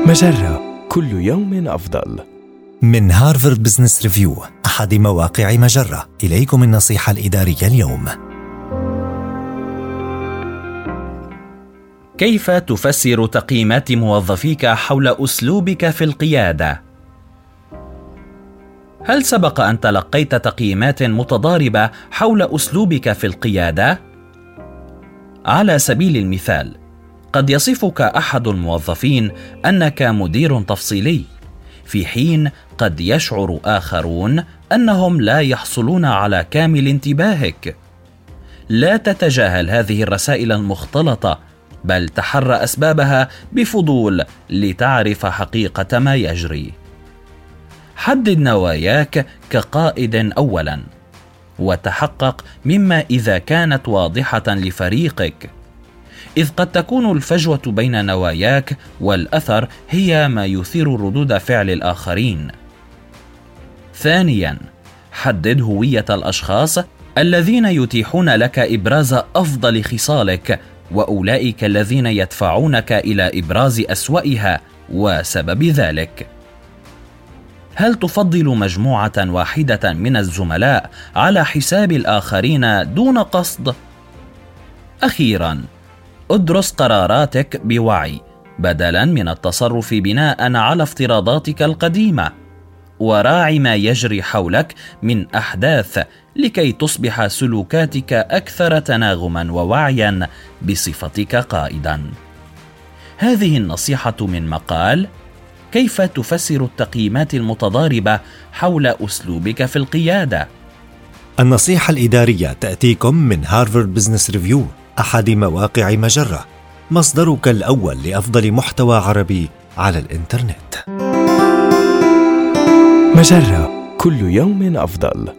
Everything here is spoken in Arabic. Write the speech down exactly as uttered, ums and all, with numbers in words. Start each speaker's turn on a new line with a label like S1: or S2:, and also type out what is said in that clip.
S1: مجرة، كل يوم أفضل.
S2: من هارفارد بزنس ريفيو، أحد مواقع مجرة، إليكم النصيحة الإدارية اليوم.
S3: كيف تفسر تقييمات موظفيك حول أسلوبك في القيادة؟ هل سبق أن تلقيت تقييمات متضاربة حول أسلوبك في القيادة؟ على سبيل المثال، قد يصفك أحد الموظفين أنك مدير تفصيلي، في حين قد يشعر آخرون أنهم لا يحصلون على كامل انتباهك. لا تتجاهل هذه الرسائل المختلطة، بل تحرى أسبابها بفضول لتعرف حقيقة ما يجري. حدد نواياك كقائد أولاً، وتحقق مما إذا كانت واضحة لفريقك، إذ قد تكون الفجوة بين نواياك والأثر هي ما يثير ردود فعل الآخرين. ثانياً، حدد هوية الأشخاص الذين يتيحون لك إبراز أفضل خصالك، وأولئك الذين يدفعونك إلى إبراز أسوأها وسبب ذلك. هل تفضل مجموعة واحدة من الزملاء على حساب الآخرين دون قصد؟ أخيراً، ادرس قراراتك بوعي بدلاً من التصرف بناءً على افتراضاتك القديمة، وراعي ما يجري حولك من أحداث لكي تصبح سلوكاتك أكثر تناغماً ووعياً بصفتك قائداً. هذه النصيحة من مقال كيف تفسر التقييمات المتضاربة حول أسلوبك في القيادة.
S2: النصيحة الإدارية تأتيكم من هارفارد بزنس ريفيو، أحد مواقع مجرة، مصدرك الأول لأفضل محتوى عربي على الإنترنت.
S1: مجرة، كل يوم أفضل.